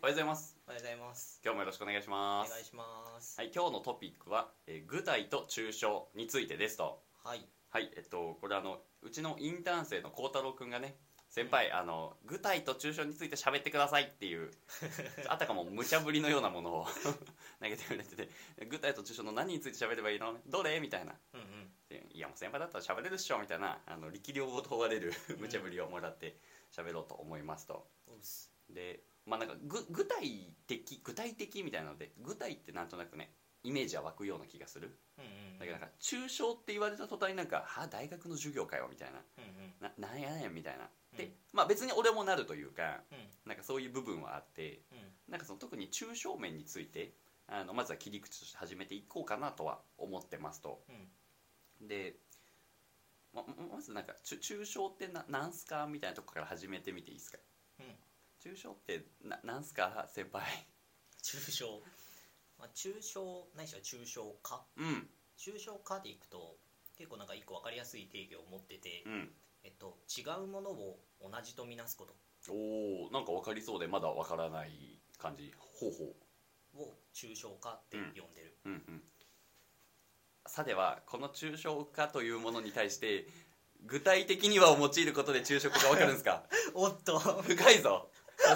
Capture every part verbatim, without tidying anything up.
おはようございます。 おはようございます。 今日もよろしくお願いします。 お願いします。 はい、今日のトピックは、えー具体と抽象についてですと。 はい。 はいえっとこれあのうちのインターン生の孝太郎くんがね、先輩、あの具体と抽象について喋ってくださいっていうあたかも無茶ぶりのようなものを投げてくれてて、具体と抽象の何について喋ればいいの、どれみたいな、 うんうん。 でいやもう先輩だったら喋れるっしょみたいな、あの力量を問われる無茶ぶりをもらって喋ろうと思いますと。 おうっす。 でまあなんか具具体的具体的みたいなので、具体ってなんとなくねイメージは湧くような気がする。 うんうんうん。 だけどなんか抽象って言われた途端になんかは大学の授業かよみたいな、 うんうんななんやねんみたいな、 うんでまあ別に俺もなるというか、 うんなんかそういう部分はあって、 うんなんかその特に抽象面についてあのまずは切り口として始めていこうかなとは思ってますと。 うんでままずなんか抽抽象ってななんすかみたいなとこから始めてみていいですか。 うん。 抽象ってななんすか先輩。 抽象。まあ抽象ないしは抽象化。 うん抽象化でいくと結構なんか一個わかりやすい定義を持ってて、 うんえっと違うものを同じとみなすことおーなんか分かりそうでまだ分からない感じ。ほうほを抽象化って呼んでる。 ううんうん。さてはこの抽象化というものに対して具体的にはを用いることで抽象化が分かるんですか。 おっと深いぞ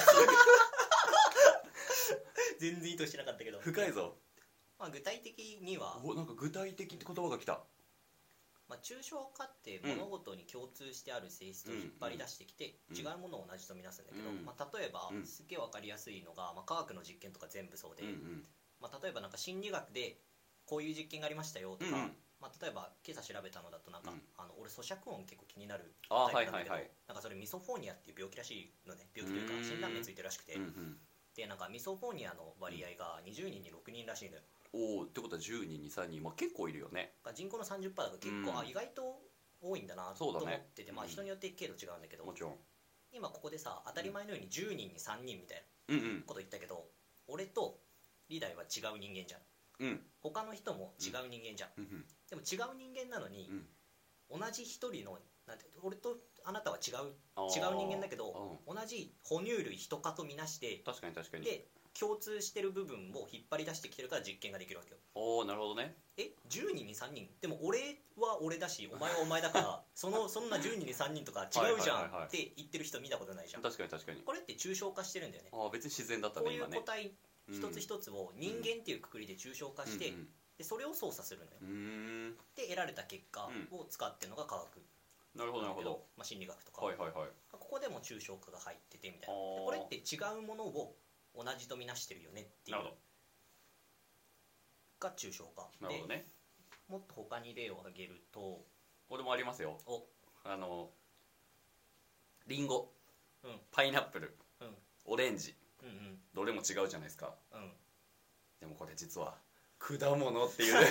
全然意図してなかったけど。 深いぞ。 まあ具体的には。 おなんか具体的って言葉が来た。 まあ、抽象化って物事に共通してある性質を引っ張り出してきて、 うん違うものを同じとみなすんだけど、 うんまあ、例えば、 うんすっげえ分かりやすいのが、まあ、科学の実験とか全部そうで、 うんうんまあ、例えばなんか心理学でこういう実験がありましたよとか、 うんうんまあ、例えば今朝調べたのだとなんか、 うんあの俺咀嚼音結構気になるあタイプなんだけど、 はいはいはいなんかそれミソフォーニアっていう病気らしいのね。病気というかうん診断名ついてるらしくて、 うんうんでなんかミソフォーニアの割合がにじゅうにんにろくにんらしいのよ。 おおってことはじゅうにんにさんにん、まあ、結構いるよね。 だから人口の さんじゅっパーセント だから結構、 うんあ意外と多いんだなとそうだね思ってて、まあ、 うん人によって軽度違うんだけど、 もちろん。 今ここでさ当たり前のようにじゅうにんにさんにんみたいうんうんなこと言ったけど、俺とリダイは違う人間じゃん。 うん他の人も違う人間じゃん。 うんうんでも違う人間なのに、 うん同じ一人のなんて俺とあなたは違うあー違う人間だけど、同じ哺乳類ヒト科とみなして確かに確かに。 で共通してる部分を引っ張り出してきてるから実験ができるわけよ。 おおなるほどね。 えじゅうにんにさんにんでも俺は俺だしお前はお前だからそのそんなじゅうにんにさんにんとか違うじゃはいはいはいはいんって言ってる人見たことないじゃん。 確かに確かに。 これって抽象化してるんだよね。 ああ別に自然だったこういうね今ね。 個体一つ一つを人間っていうくくりで抽象化して、 うんでそれを操作するのよ。 うんうん、うーんで得られた結果を使ってるのが科学なるほどなるほど。 まあ、心理学とか、 はいはいはい。 ここでも抽象化が入っててみたいな。 あーでこれって違うものを同じとみなしてるよねっていうなるほが抽象化で、 なるほどね。 もっと他に例を挙げると俺もありますよ。 おあのリンゴ、 うんパイナップル、 うんオレンジ、 うんうんどれも違うじゃないですか。 うんでもこれ実は果物っていうあ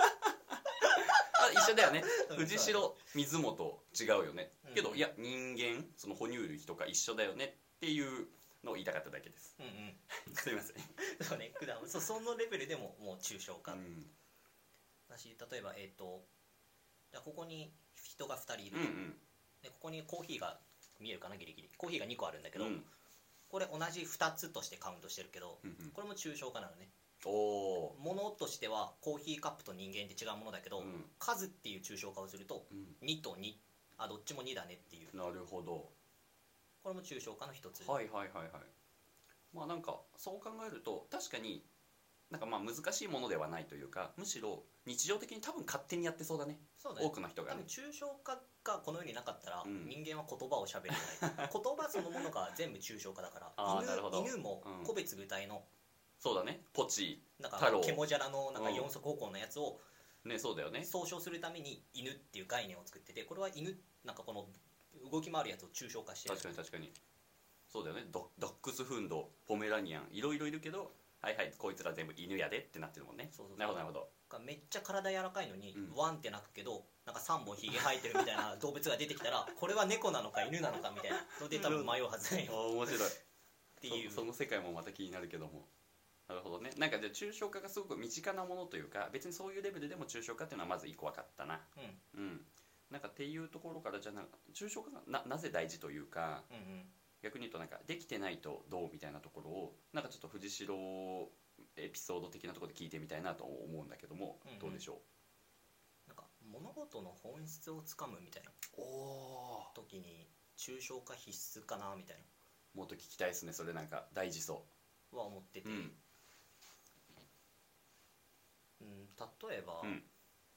一緒だよね。 うん藤代水元違うよね、 うんけどいや人間その哺乳類とか一緒だよねっていうのを言いたかっただけです。 うんうんすいません。 そうね、果物そそのレベルでももう抽象化うんだし、例えばえっ、とじゃあここに人がふたりいると、 うんうんでここにコーヒーが見えるかな、ギリギリコーヒーがにこあるんだけど、 うんこれ同じふたつとしてカウントしてるけど、 うんうんこれも抽象化なのね。 おおものとしてはコーヒーカップと人間って違うものだけど、 うん数っていう抽象化をするとー、うん、 にとにあどっちもにだねっていう、 なるほど。 これも抽象化の一つ。 はいはいはいはい。まあなんかそう考えると確かになんかまあ難しいものではないというか、むしろ日常的に多分勝手にやってそうだね。 そうだね。 多くの人がね多分。抽象化がこの世になかったら、 うん人間は言葉を喋れない言葉そのものが全部抽象化だからあーなるほど犬、犬もうん個別具体の、 そうだね。ポチなんか太郎ケモジャラのなんかうん四足歩行のやつをねそうだよね。 総称するために犬っていう概念を作ってて、これは犬なんかこの動き回るやつを抽象化してる。 確かに確かに。そうだよね。ドダックスフンド、ポメラニアン、いろいろいるけど、はいはいこいつら全部犬やでってなってるもんね。 そうそうそう、 なるほどなるほど。 がめっちゃ体柔らかいのに、 うんワンって鳴くけどなんかさんぼんひげ生えてるみたいな動物が出てきたらこれは猫なのか犬なのかみたいなので多分迷うはずだあよー面白い。 っていう。 そその世界もまた気になるけども。なるほどね。なんかじゃあ抽象化がすごく身近なものというか、別にそういうレベルでも抽象化っていうのはまず一個分かったな。 うんうん。なんかっていうところからじゃあな抽象化が な, なぜ大事というか、 うんうん逆に言うとなんかできてないとどうみたいなところをなんかちょっと藤代エピソード的なところで聞いてみたいなと思うんだけども、 うんうんどうでしょなんか物事の本質をつかむみたいなう。おお時に抽象化必須かなみたいもっと聞きたいですね。それなんか大事そなは思ってて、 う。うんうん例えば、 うん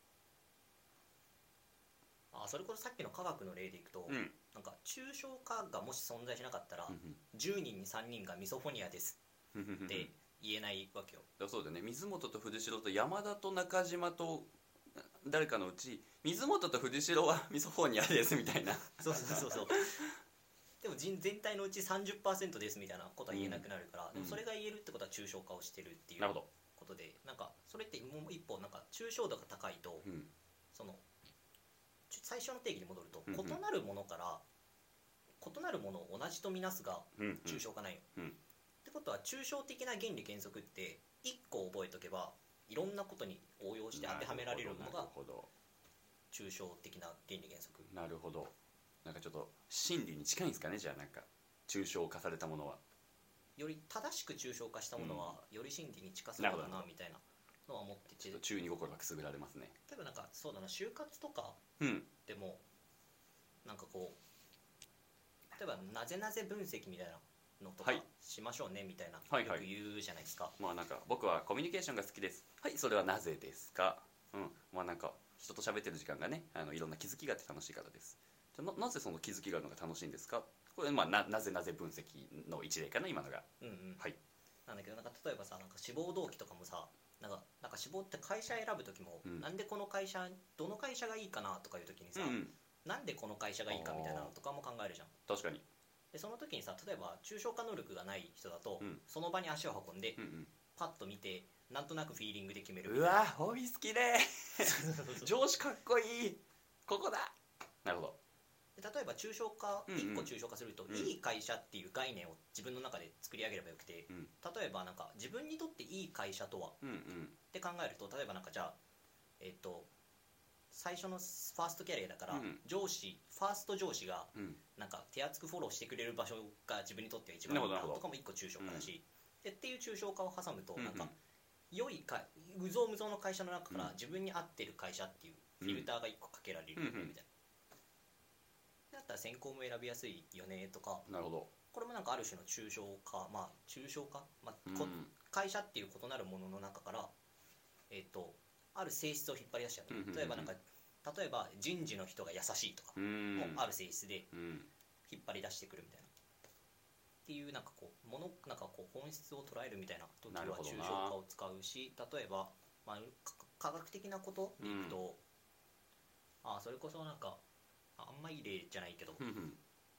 あそれこそさっきの科学の例でいくと、 うんなんか抽象化がもし存在しなかったら、 うんじゅうにんにさんにんがミソフォニアですうんうんうんって言えないわけよ。 だそうだよね。水本と藤代と山田と中島と誰かのうち水本と藤代はミソフォニアですみたいな。 そうそうそうそうでも人全体のうち さんじゅっパーセント ですみたいなことは言えなくなるから、 うんでもそれが言えるってことは抽象化をしてるっていうなるほど。 ことで、なんかそれってもう一歩なんか抽象度が高いと、 うんそのち最初の定義に戻ると、 うんうん異なるものから異なるものを同じとみなすがうんうん抽象化ないよ、 うんってことは抽象的な原理原則っていっこ覚えとけばいろんなことに応用して当てはめられるものがなるほど抽象的な原理原則。 なるほど。なんかちょっと真理に近いんですかね。じゃあなんか抽象化されたものは。 より正しく抽象化したものはより真理に近そうだなるほどなみたいなのは思ってて、 ちょっと中二心がくすぐられますね。 例えばなんかそうだな、就活とかうんでもなんかこう例えばなぜなぜ分析みたいなのとかはいしましょうねみたいな、 はいはいよく言うじゃないですか。 まあなんか僕はコミュニケーションが好きです。はいそれはなぜですか。うんまあなんか人と喋ってる時間がねあのいろんな気づきがあって楽しいからです。じゃななぜその気づきがあるのが楽しいんですか。これまあ な, なぜなぜ分析の一例かな今のが。 うんうんはいなんだけど、なんか例えばさ、なんか志望動機とかもさ、なんかなんか志望って会社選ぶ時も、 うんなんでこの会社どの会社がいいかなとかいう時にさ、 うんうんなんでこの会社がいいかみたいなのとかも考えるじゃん。 確かに。 でその時にさ、例えば抽象化能力がない人だと、 うんその場に足を運んで、 うんうんパッと見てなんとなくフィーリングで決めるみうたいな。 わオフィスきれい上司かっこいいここだ。なるほど。 で例えば抽象化、 うんうんいっこ抽象化すると、 うんいい会社っていう概念を自分の中で作り上げればよくて、 うん例えばなんか自分にとっていい会社とはうんうんって考えると、例えばなんかじゃあえっ、と最初のファーストキャリアだから、 うん上司ファースト上司がうんなんか手厚くフォローしてくれる場所が自分にとっては一番いいななるほどとかも一個抽象化だし、でっていう抽象化を挟むと、 うんうんなんか良いか無造無造の会社の中からうん自分に合ってる会社っていうフィルターが一個かけられるみたいな、 うんうんだったら選考も選びやすいよねとか、 なるほど。 これもなんかある種の抽象化、まあ抽象化、まあこうん会社っていう異なるものの中から、えー、とある性質を引っ張り出しちゃう、 うんうんうんうん例えばなんか例えば人事の人が優しいとかうんもある性質でうん引っ張り出してくるみたいな、っていうなんかこうものなんかこう本質を捉えるみたいな時はなるほどな抽象化を使うし、例えば、まあ、か科学的なことでいくと、あそれこそなんかあんまいい例じゃないけど、 うんうん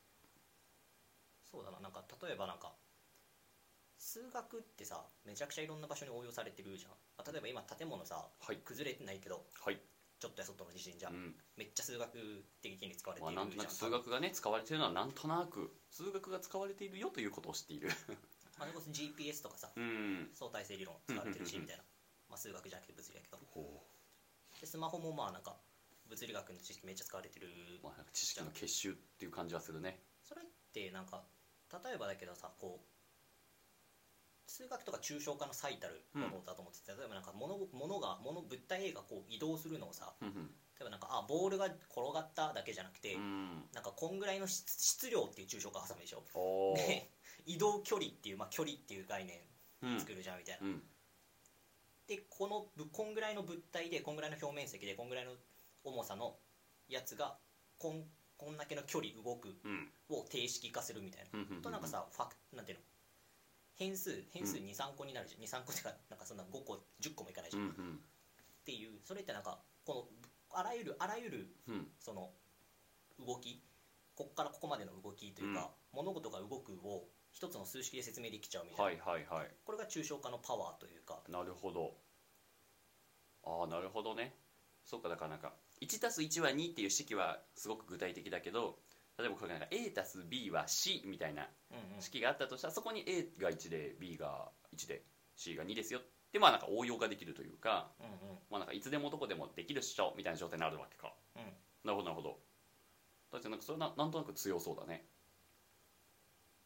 そうだな、なんか例えばなんか数学ってさめちゃくちゃいろんな場所に応用されてるじゃん。あ例えば今建物さ、 はい崩れてないけどはいちょっとやそっとの地震じゃ、 うんめっちゃ数学的に使われてまあ、 いるじゃん。 なんとなく数学がね使われているのはなんとなく数学が使われているよということを知っているまあ、それこそ ジーピーエス とかさ、 うん相対性理論使われてるしうんうんうんみたいな、まあ、数学じゃなくて物理やけど、 ほでスマホもまあなんか物理学の知識めっちゃ使われてる、 う、まあ、なんか知識の結集っていう感じはするね。 それってなんか例えばだけどさ、こう数学とか抽象化の最たるものだと思ってて、例えばなんか物物が物物体 A がこう移動するのをさ、 うんうん例えばなんかあボールが転がっただけじゃなくて、 うんなんかこんぐらいの質質量っていう抽象化挟むでしょ。 おーで移動距離っていう、まあ、距離っていう概念うん作るじゃんみたいな、 うんでこのぶこんぐらいの物体でこんぐらいの表面積でこんぐらいの重さのやつがこんこんだけの距離動くうんを定式化するみたいな、 うんうんうんとなんかさファクなんていうの変数変数にさんこになるじゃん、にさんこってかなんかそんなごこじゅっこもいかないじゃん、っうんうんていう、それってなんかこのあらゆるあらゆるうんその動きこっからここまでの動きというか、物事が動くを一つの数式で説明できちゃうみたいな、 はいはいはいこれが抽象化のパワーというか。 なるほど。ああなるほどね。そうかだからなんかいちたすいちはにっていう式はすごく具体的だけど、例えばこれなんか A たす B は C みたいなうんうん式があったとしたら、そこに A がいちで B がいちで C がにですよってまあなんか応用ができるというか、 うんうんまあなんかいつでもどこでもできるっしょみたいな状態になるわけか。 うんなるほどなるほど。だってなんかそれななんとなく強そうだね。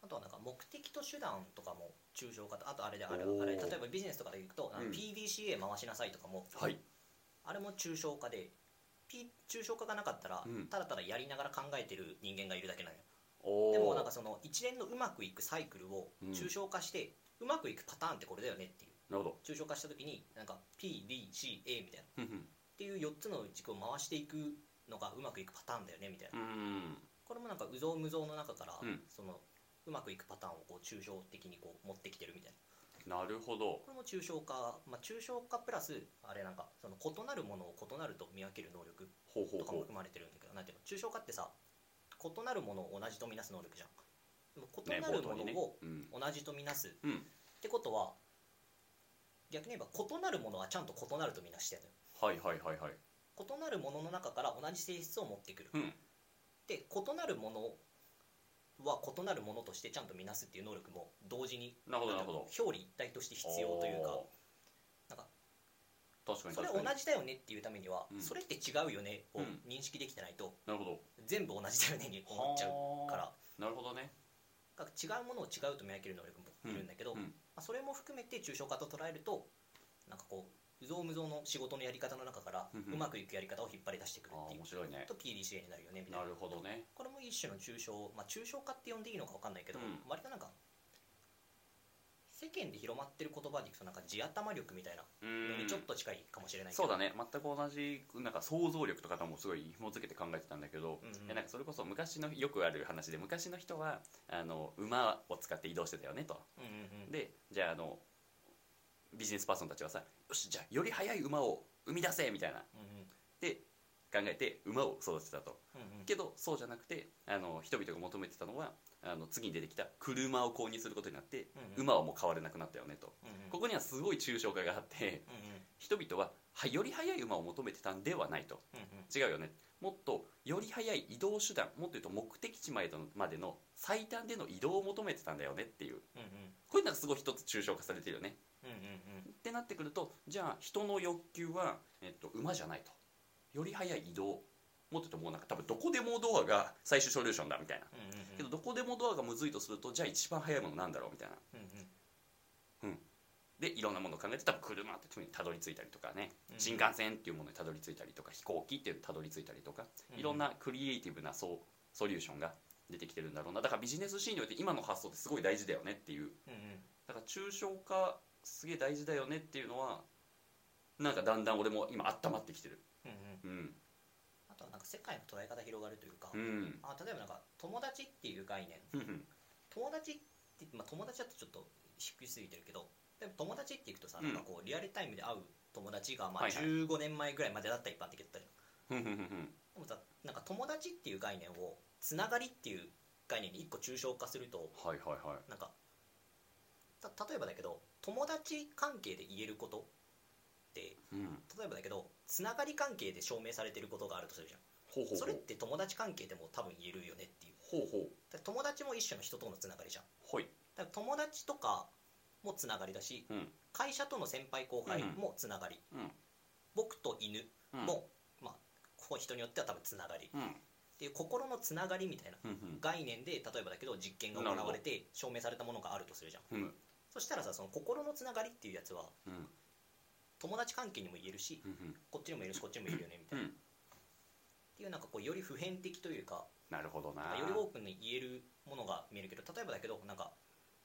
あとはなんか目的と手段とかも抽象化と、あとあれであれおーあれ例えばビジネスとかでいくと、あのうんピーディーシーエー 回しなさいとかも、 はいあれも抽象化で、P、抽象化がなかったら、 うんただただやりながら考えてる人間がいるだけなんよ。 おーでもなんかその一連のうまくいくサイクルをうん抽象化して、うまくいくパターンってこれだよねっていうなるほど抽象化した時になんか ピーディーシーエー みたいなっふんふんていうよっつの軸を回していくのがうまくいくパターンだよねみたいな、 うんこれもなんか有象無象の中から、 うんそのうまくいくパターンをこう抽象的にこう持ってきてるみたいな。 なるほどこれも抽象化、まあ、抽象化プラスあれなんかその異なるものを異なると見分ける能力ほうほうほうとかも含まれてるんだけど、なんていうの、抽象化ってさ異なるものを同じとみなす能力じゃん。でも異なるものをうん同じとみなすっうんてことは、逆に言えば異なるものはちゃんと異なるとみなしてるのよ。 はいはいはいはい異なるものの中から同じ性質を持ってくる、 うんで異なるものは異なるものとしてちゃんとみなすっていう能力も同時になるほどなるほど表裏一体として必要というか、なんか確かにそれ確かに同じだよねっていうためには、 うんそれって違うよねをうん認識できてないと、 なるほど全部同じだよねに思っちゃうから、 なるほどねだから違うものを違うと見分ける能力もいるんだけど、 うんうんまあ、それも含めて抽象化と捉えると、なんかこう有象無象の仕事のやり方の中からうんうんうまくいくやり方を引っ張り出してくるあーっていう面白いねと ピーディーシーエー になるよねみたいな。 なるほどねこれも一種の抽象、まあ、抽象化って呼んでいいのか分かんないけど、 うん割となんか世間で広まってる言葉でいくとなんか地頭力みたいなうのにんちょっと近いかもしれないけど、 そうだね全く同じなんか想像力とかともすごい紐付けて考えてたんだけど、 うんうんいやなんかそれこそ昔のよくある話で昔の人はあの馬を使って移動してたよねと、 うんうんうん、 でじゃああのビジネスパーソンたちはさよしじゃあより速い馬を生み出せみたいなうんうんで考えて馬を育てたとうんうんけどそうじゃなくてあの人々が求めてたのはあの次に出てきた車を購入することになって、 うんうん馬はもう買われなくなったよねと、 うんうんここにはすごい抽象化があってうんうん人々ははより速い馬を求めてたんではないとうんうん違うよねもっとより速い移動手段もっと言うと目的地までのまでの最短での移動を求めてたんだよねっていううんうんこういうのがすごい一つ抽象化されてるよねうんうんってなってくるとじゃあ人の欲求は、えっと、馬じゃないとより速い移動もっと言うともうなんか多分どこでもドアが最終ソリューションだみたいなうんうんうんけどどこでもドアがむずいとするとじゃあ一番速いものなんだろうみたいなうんうんでいろんなものを考えて多分車ってとにたどり着いたりとかねうん新幹線っていうものにたどり着いたりとか飛行機っていうのにたどり着いたりとかうんいろんなクリエイティブなソソリューションが出てきてるんだろうなだからビジネスシーンにおいて今の発想ってすごい大事だよねっていううんうんだから抽象化すげえ大事だよねっていうのはなんかだんだん俺も今温まってきてるうんうんうんあとはなんか世界の捉え方広がるというか、 うんあ例えばなんか友達っていう概念、 ふんふん友達って、まあ、友達だとちょっと低すぎてるけど、でも友達っていくとさ、 うんなんかこうリアルタイムで会う友達がまあはいはいじゅうごねんまえぐらいまでだったら一般的だったじゃん。 ふんふんふんふんでもさなんか友達っていう概念をつながりっていう概念に一個抽象化すると、 はいはいはいなんかた例えばだけど友達関係で言えることってうん例えばだけどつながり関係で証明されてることがあるとするじゃん。 ほうほうほうそれって友達関係でも多分言えるよねっていう。 ほうほうだから友達も一種の人とのつながりじゃん。 ほいだから友達とかもつながりだし、 うん会社との先輩後輩もつながり、 うん僕と犬うんも、まあこう人によっては多分つながり、っうんていう心のつながりみたいなふんふん概念で例えばだけど実験が行われて証明されたものがあるとするじゃん。 ふむそしたらさその心のつながりっていうやつはうん友達関係にも言えるし、 ふんふんこっちにも言えるしこっちにも言えるよねみたいな、 うんっていうなんかこうより普遍的というかなるほどなより多くに言えるものが見えるけど、例えばだけどなんか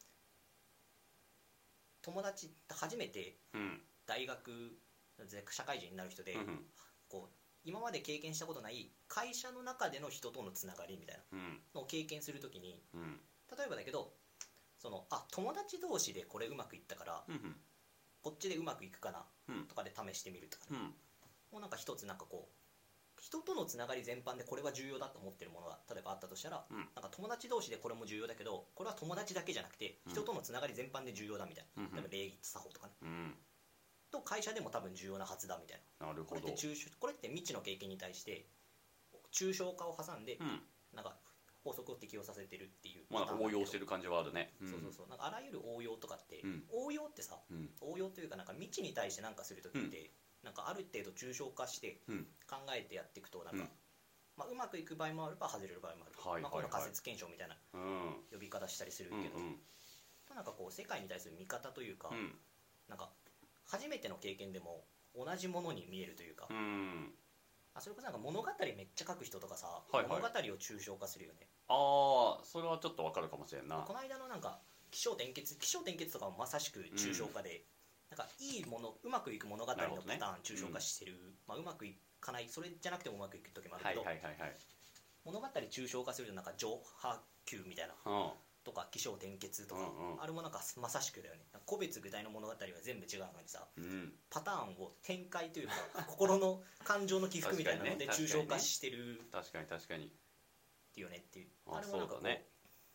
友達初めてうん大学社会人になる人で、 うんうんこう今まで経験したことない会社の中での人とのつながりみたいなうんのを経験するときに、 うん例えばだけどそのあ友達同士でこれうまくいったからうんうんこっちでうまくいくかなうんとかで試してみるとかね、 うんもうなんか一つなんかこう人とのつながり全般でこれは重要だと思ってるものが例えばあったとしたら、 うんなんか友達同士でこれも重要だけどこれは友達だけじゃなくてうん人とのつながり全般で重要だみたいな、 うんうん例えば礼儀作法とかねうんと会社でも多分重要なはずだみたいな。 なるほどこれって抽象これって未知の経験に対して抽象化を挟んで、 うんなんか法則を適用させてるっていうまあなんか応用してる、 る感じはあるねうんそうそうそうなんかあらゆる応用とかって、 うん応用ってさうん応用というかなんか未知に対して何かするときって、なんかある程度抽象化してうん考えてやっていくとなんか、 うんまあ、 うまくいく場合もあれば外れる場合もある、 はいはいはい、 まあ、この仮説検証みたいなうん呼び方したりするけど、 うんうんなんかこう世界に対する見方というか、 うんなんか初めての経験でも同じものに見えるというか、 うんあそれこそなんか物語めっちゃ書く人とかさ、 はいはい、 物語を抽象化するよね。 ああそれはちょっとわかるかもしれんな。 この間のなんか起承転結起承転結とかもまさしく抽象化で、うん、なんかいいものうまくいく物語のパターン抽象化してる、ね、うんまあ、うまくいかないそれじゃなくてもうまくいく時もあるけど、 はいはいはいはい、 物語抽象化するとなんか上波級みたいな、うんとか起承転結とか、うんうん、あれもなんかまさしくだよね。個別具体の物語は全部違うのにさ、うん、パターンを展開というか心の感情の起伏みたいなので抽象化してる確かに確かにっていうねっていう、 あ, あれもなんかこう、 ね、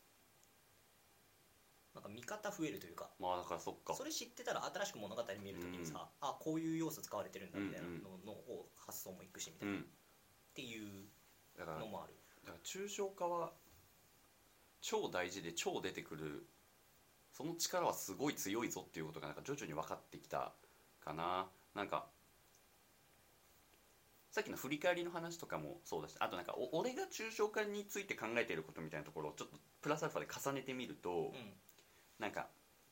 なんか見方増えるというか、 まあだからそっかそれ知ってたら新しく物語見るときにさ、うん、あこういう要素使われてるんだみたいなののを発想もいくしみたいな、うん、っていうのもある。 だから抽象化は超大事で超出てくる、その力はすごい強いぞっていうことがなんか徐々に分かってきたかな。なんかさっきの振り返りの話とかもそうだし、あとなんかお俺が抽象化について考えていることみたいなところをちょっとプラスアルファで重ねてみると、うん、なんか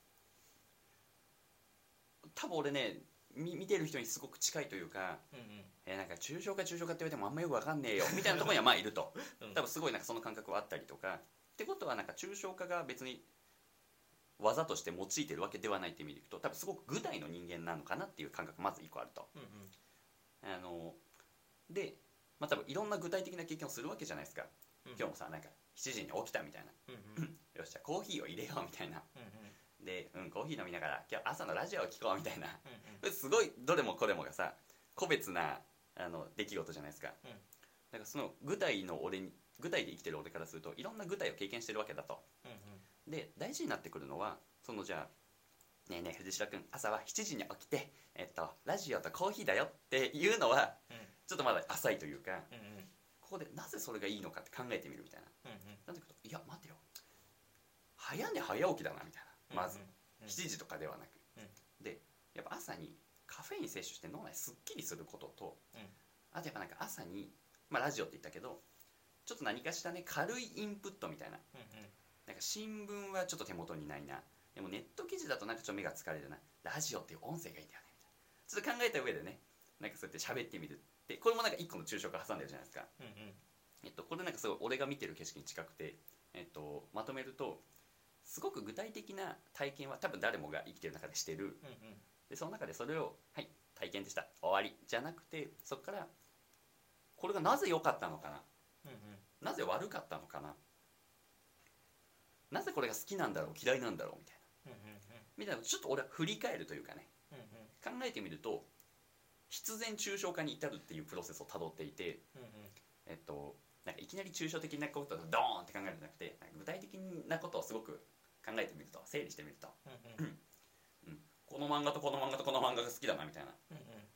多分俺ね見見てる人にすごく近いというか、うんうんえー、なんか抽象化抽象化って言われてもあんまよく分かんねえよみたいなところにはまあいると、うん、多分すごいなんかその感覚はあったりとかってことはなんか抽象化が別に技として用いてるわけではないって意味でいくと多分すごく具体の人間なのかなっていう感覚まずいっこあると、うんうん、あので、まあ、多分いろんな具体的な経験をするわけじゃないですか、うんうん、今日もさなんかしちじに起きたみたいな、うんうん、よっしゃコーヒーを入れようみたいな、うんうん、で、うん、コーヒー飲みながら今日朝のラジオを聞こうみたいな、うんうん、すごいどれもこれもがさ個別なあの出来事じゃないですか、うん、だからその具体の俺に具体で生きてる俺からするといろんな具体を経験してるわけだと、うんうん、で大事になってくるのはそのじゃあねえねえ藤代君朝はしちじに起きて、えっと、ラジオとコーヒーだよっていうのは、うん、ちょっとまだ浅いというか、うんうん、ここでなぜそれがいいのかって考えてみるみたいな、うんうん、なんだけどいや待てよ早寝早起きだなみたいなまず、うんうん、しちじとかではなく、うん、でやっぱ朝にカフェイン摂取して脳内すっきりすることと、うん、あとやっぱなんか朝に、まあ、ラジオって言ったけどちょっと何かしらね軽いインプットみたいな、うんうん、なんか新聞はちょっと手元にないなでもネット記事だとなんかちょっと目が疲れるなラジオっていう音声がいいんだよねみたいなちょっと考えた上でねなんかそうやって喋ってみるってこれもなんか一個の抽象化挟んでるじゃないですか、うんうんえっと、これなんかすごい俺が見てる景色に近くて、えっと、まとめるとすごく具体的な体験は多分誰もが生きてる中でしてる、うんうん、でその中でそれをはい体験でした終わりじゃなくてそこからこれがなぜ良かったのかな、うんうん、なぜ悪かったのかななぜこれが好きなんだろう嫌いなんだろうみたいな、うんうんうん、みたいなちょっと俺は振り返るというかね、うんうん、考えてみると必然抽象化に至るっていうプロセスをたどっていて、うんうんえっと、なんかいきなり抽象的なことをドーンって考えるんじゃなくてなんか具体的なことをすごく考えてみると整理してみると、うんうんうん、この漫画とこの漫画とこの漫画が好きだなみたいな、うんうん、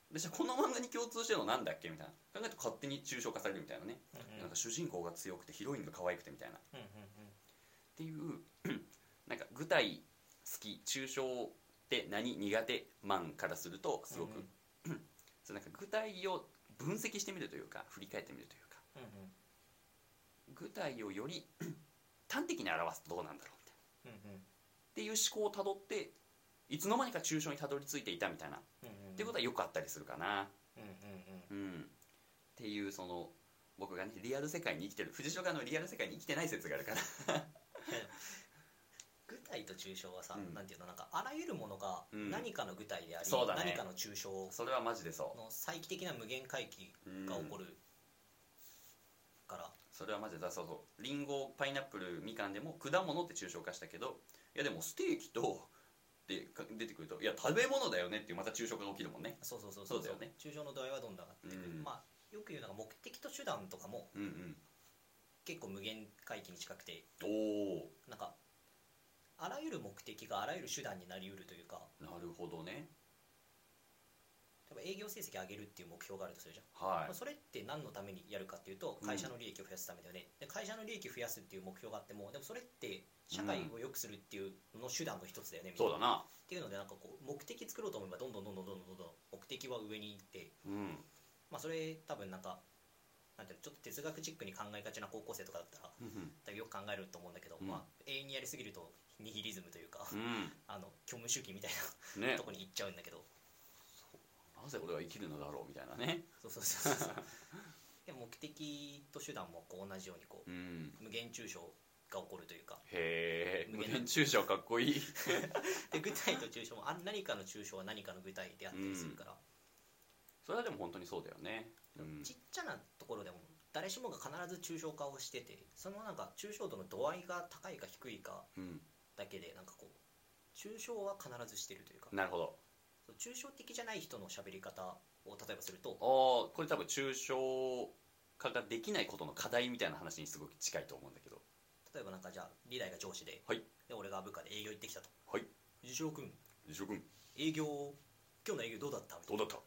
でじゃあこの漫画に共通してるのなんだっけみたいな考えると勝手に抽象化されるみたいなね、うんうん、なんか主人公が強くてヒロインが可愛くてみたいな、うんうんうん、っていうなんか具体好き抽象って何苦手マンからするとすごく、うんうん、そなんか具体を分析してみるというか振り返ってみるというか、うんうん、具体をより端的に表すとどうなんだろうみたいな、うんうん、っていう思考をたどっていつの間にか抽象にたどり着いていたみたいな、うんうんうん、っていうことはよくあったりするかな、うんうんうんうん、っていうその僕がねリアル世界に生きてる藤代がのリアル世界に生きてない説があるから具体と抽象はさ、うん、なんていうのなんかあらゆるものが何かの具体であり、 うんね、 何かの抽象それはマジでそうの再帰的な無限回帰が起こる、うん、からそれはマジでだそうそうリンゴパイナップルみかんでも果物って抽象化したけどいやでもステーキとで出てくるといや食べ物だよねっていうまた抽象化が起きるもんねそうそうそうそうそうだよね抽象の度合いはどんどん上がってくる、うん、まあよく言うのが目的と手段とかも、うんうん、結構無限回帰に近くておなんかあらゆる目的があらゆる手段になりうるというかなるほどね例えば営業成績上げるっていう目標があるとするじゃん、 はい、 それって何のためにやるかっていうと会社の利益を増やすためだよね、うん、で会社の利益を増やすっていう目標があってもでもそれって社会を良くするっていうの手段の一つだよね、 うん、みたいなそうだなっていうのでなんかこう目的作ろうと思えばどんどんどんどんどんどんどん目的は上に行って、うんまあ、それ多分なんかなんていうのちょっと哲学チックに考えがちな高校生とかだったら、 うんうん多分よく考えると思うんだけど、 うんまあ、永遠にやりすぎるとニヒリズムというか、 うんあの虚無主義みたいねなとこに行っちゃうんだけど、 なぜ俺は生きるのだろうみたいなね。 そうそうそうそうで目的と手段もこう同じようにこう、 うん、 無限抽象が起こるというか、 へえ無無限限抽象かっこいいで具体と抽象もあ何かの抽象は何かの具体であったりするから、 それはでも本当にそうだよね、うん、 ちっちゃなところでも誰しもが必ず抽象化をしてて、そのなんか抽象度の度合いが高いか低いかうんだけでなんかこう抽象は必ずしてるというか、 なるほど。 抽象的じゃない人の喋り方を例えばすると、 ああこれ多分抽象化ができないことの課題みたいな話にすごく近いと思うんだけど、 例えばなんかじゃあリーダーが上司で、 はい、 で俺が部下で営業行ってきたと、 はい、 藤代君藤代君営業今日の営業どうだったみたいな、 どうだった、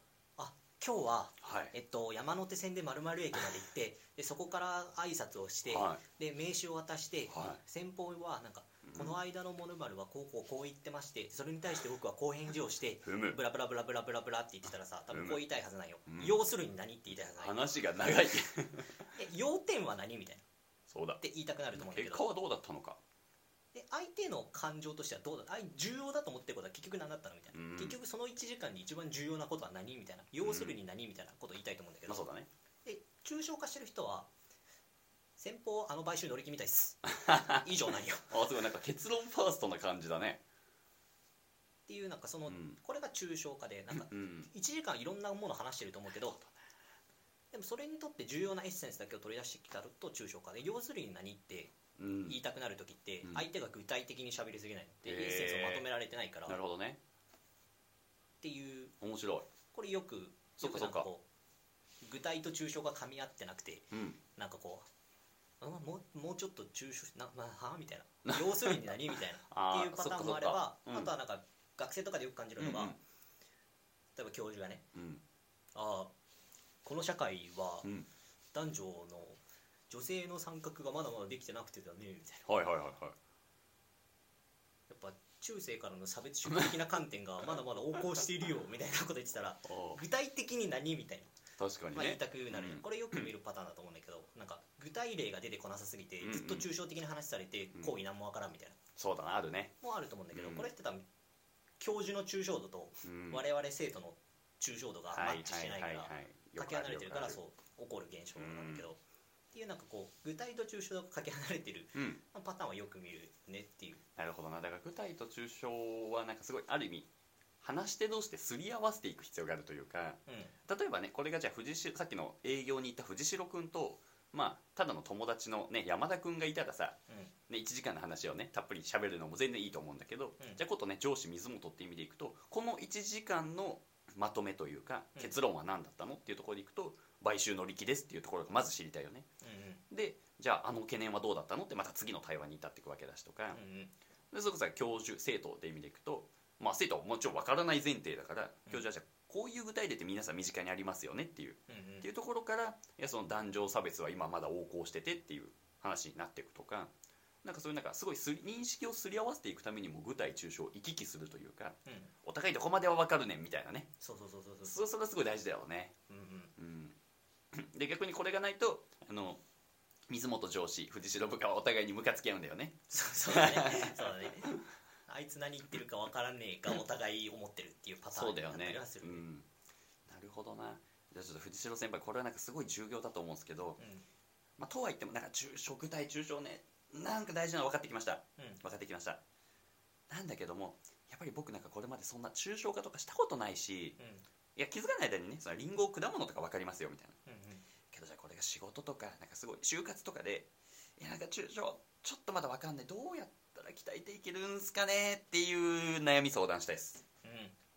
あ今日は、 はいえっと、山手線で丸々駅まで行ってでそこから挨拶をして、 はで名刺を渡して、 はい先方はなんか、 うんこの間の〇〇はこうこうこう言ってまして、それに対して僕はこう返事をしてふむブラブラブラブラブラブラって言ってたらさ、多分こう言いたいはずないよ、 うん要するに何って言いたいはずないよ、 話が長いえ要点は何みたいなっそうだて言いたくなると思うんだけど、 結果はどうだったのか、 で相手の感情としてはどうだ、あい重要だと思ってることは結局何だったのみたいな、 うん結局そのいちじかんに一番重要なことは何みたいな、要するに何みたいなことを言いたいと思うんだけど、 まあそうだねで抽象化してる人は先方あの買収乗り気みたいです以上ないよあすごいなんか結論ファーストな感じだね。 っていうなんかその、 うんこれが抽象化でなんかうんいちじかんいろんなもの話してると思うけど、でもそれにとって重要なエッセンスだけを取り出してきたと抽象化で、要するに何ってうん言いたくなる時ってうん相手が具体的に喋りすぎないので、 へーエッセンスをまとめられてないからっなるほどねていう、 面白いこれよくよくそっかそっかなんかこう具体と抽象が噛み合ってなくて、 うんなんかこうあもうもうちょっと抽象な、まあ、はみたいな要するに何みたいなあーっていうパターンもあれば、 そっかそっかうんあとはなんか学生とかでよく感じるのが、 うんうん例えば教授がね、 うんああこの社会はうん男女の女性の参画がまだまだできてなくてだねみたいな、 はいはいはいはいやっぱ中世からの差別主義的な観点がまだまだ横行しているよみたいなこと言ってたらあー具体的に何みたいな、 確かにね、 まあ、言いたくなる、 うんこれよく見るパターンだと思うんだけど、なんか具体例が出てこなさすぎてうんうんずっと抽象的な話されてうん行為なんもわからんみたいなそうだなあるね、 もあると思うんだけど、 うんこれって多分教授の抽象度とうん、 我々生徒の抽象度がマッチしてないからかけ離れてるからうそう起こる現象なんだけど、っていうなんかこう具体と抽象度がかけ離れてるうんパターンはよく見るねっていう。 なるほどな。だから具体と抽象はなんかすごいある意味話し手同士ですり合わせていく必要があるというか、 うん例えばねこれがじゃあ藤代さっきの営業に行った藤代君とまあただの友達のね山田君がいたらさ、 うんね、いちじかんの話をねたっぷり喋るのも全然いいと思うんだけど、 うんじゃあことね上司水本っていう意味でいくとこのいちじかんのまとめというかうん結論は何だったのっていうところでいくと買収の力ですっていうところがまず知りたいよね。 うんでじゃああの懸念はどうだったのってまた次の対話に至っていくわけだしとか、 うんうんでそれこそ教授生徒って意味でいくと、まあ、生徒はもちろん分からない前提だから、教授はじゃあこういう具体例って皆さん身近にありますよねっていう、 うんうんっていうところからいやその男女差別は今まだ横行しててっていう話になっていくとか、なんかそういうなんかすごいすり認識をすり合わせていくためにも具体抽象を行き来するというか、 うんお互いどこまでは分かるねんみたいなね、 そうそうそうそうそうそそれはすごい大事だよね。 うんうんうん、で逆にこれがないとあの水本上司藤代部下はお互いにムカつき合うんだよね。 そうそうだねそうだねあいつ何言ってるか分からねえかお互い思ってるっていうパターンになったそうだよねりはする、 うん、なるほどな。じゃあちょっと藤代先輩これはなんかすごい重要だと思うんですけど、 うんまあ、とは言ってもなんか抽象具体抽象ねなんか大事なの分かってきましたうん分かってきました。なんだけどもやっぱり僕なんかこれまでそんな抽象化とかしたことないし、 うんいや気づかない間にねそのリンゴ果物とか分かりますよみたいな、 うんうんけどじゃあこれが仕事とかなんかすごい就活とかでいやなんか抽象ちょっとまだ分かんないどうやったら鍛えていけるんすかねっていう悩み相談したいです。 うん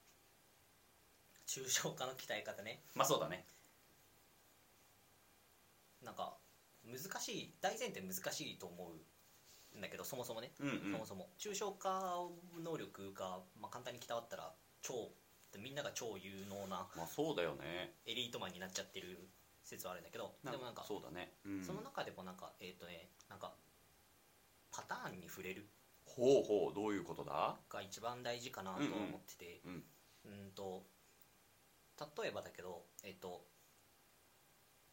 抽象化の鍛え方ね。 まあそうだね。 なんか難しい大前提難しいと思うんだけど、そもそもね、 うんうんそもそも抽象化能力が、まあ、簡単に鍛わったら超みんなが超有能なまあそうだよね。 エリートマンになっちゃってる説はあるんだけど、でもなんかそうだね、うん、 その中でもなんかえっ、とねなんかパターンに触れるほうほうどういうことだ。 が一番大事かなと思ってて、 うんうんうんと例えばだけどえっ、と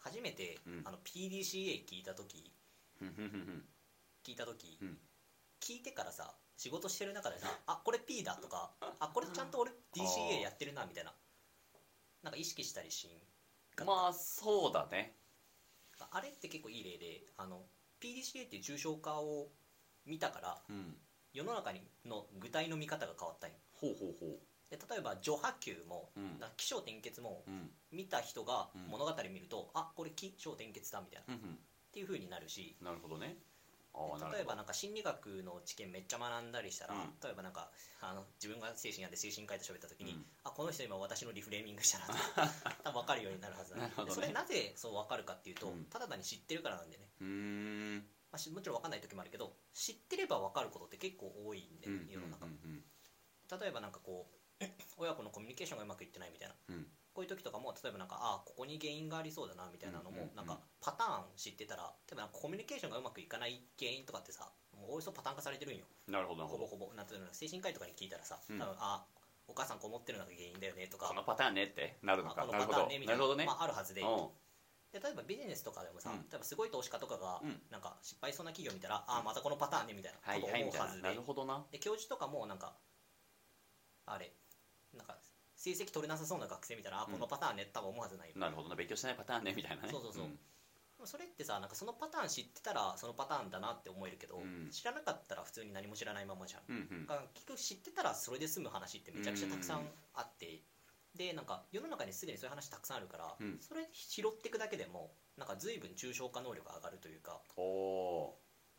初めて、 うん、 あの ピーディーシーエー 聞いた時聞いた時、うん、聞いてからさ仕事してる中でさあこれ P だとかあこれちゃんと俺 ディーシーエー やってるなみたいななんか意識したりしんまあそうだね。 あれって結構いい例であの ピーディーシーエー っていう抽象化を見たから、うん、世の中の具体の見方が変わったんよ。 ほうほうほう。 で例えば序波球も、うん、起承転結も、うん、見た人が物語見ると、うん、あこれ起承転結だみたいな、うんうん、っていう風になるし。 なるほどね。 例えばなんか心理学の知見めっちゃ学んだりしたら、うん、例えばなんかあの自分が精神病で精神科医と喋った時に、うん、あこの人今私のリフレーミングしたなと多分分かるようになるはずなんで、ね、それなぜそう分かるかっていうと、うん、ただ単に知ってるからなんでね。うーん、まあ、もちろん分かんない時もあるけど知ってれば分かることって結構多いんで、うん、世の中、うんうんうん、例えばなんかこう親子のコミュニケーションがうまくいってないみたいな、うん、こういう時とかも例えばなんかあここに原因がありそうだなみたいなのも、なんかパターン知ってたら例えばなんかコミュニケーションがうまくいかない原因とかってさもうおおよそパターン化されてるんよ。 なるほどほぼほぼなんていうの精神科医とかに聞いたらさ、うん、多分あお母さんこう思ってるのが原因だよねとかこのパターンねってなるのか、 このパターンねみたいななるほどね、 まあ、あるはずで、で例えばビジネスとかでもさ、うん、例えばすごい投資家とかが、うん、なんか失敗そうな企業見たら、うん、あまたこのパターンねみたいなことを思うはずで、 なるほどな。 で教授とかもなんかあれなんか成績取れなさそうな学生見たら、うん、あこのパターンね多分思うはずないよ。 なるほどな、勉強してないパターンねみたいなね。 そうそうそう、うん、それってさなんかそのパターン知ってたらそのパターンだなって思えるけど、うん、知らなかったら普通に何も知らないままじゃん、うんうん、だから結局知ってたらそれで済む話ってめちゃくちゃたくさんあって、うん、でなんか世の中にすでにそういう話たくさんあるから、うん、それ拾っていくだけでもなんか随分抽象化能力が上がるというか。 お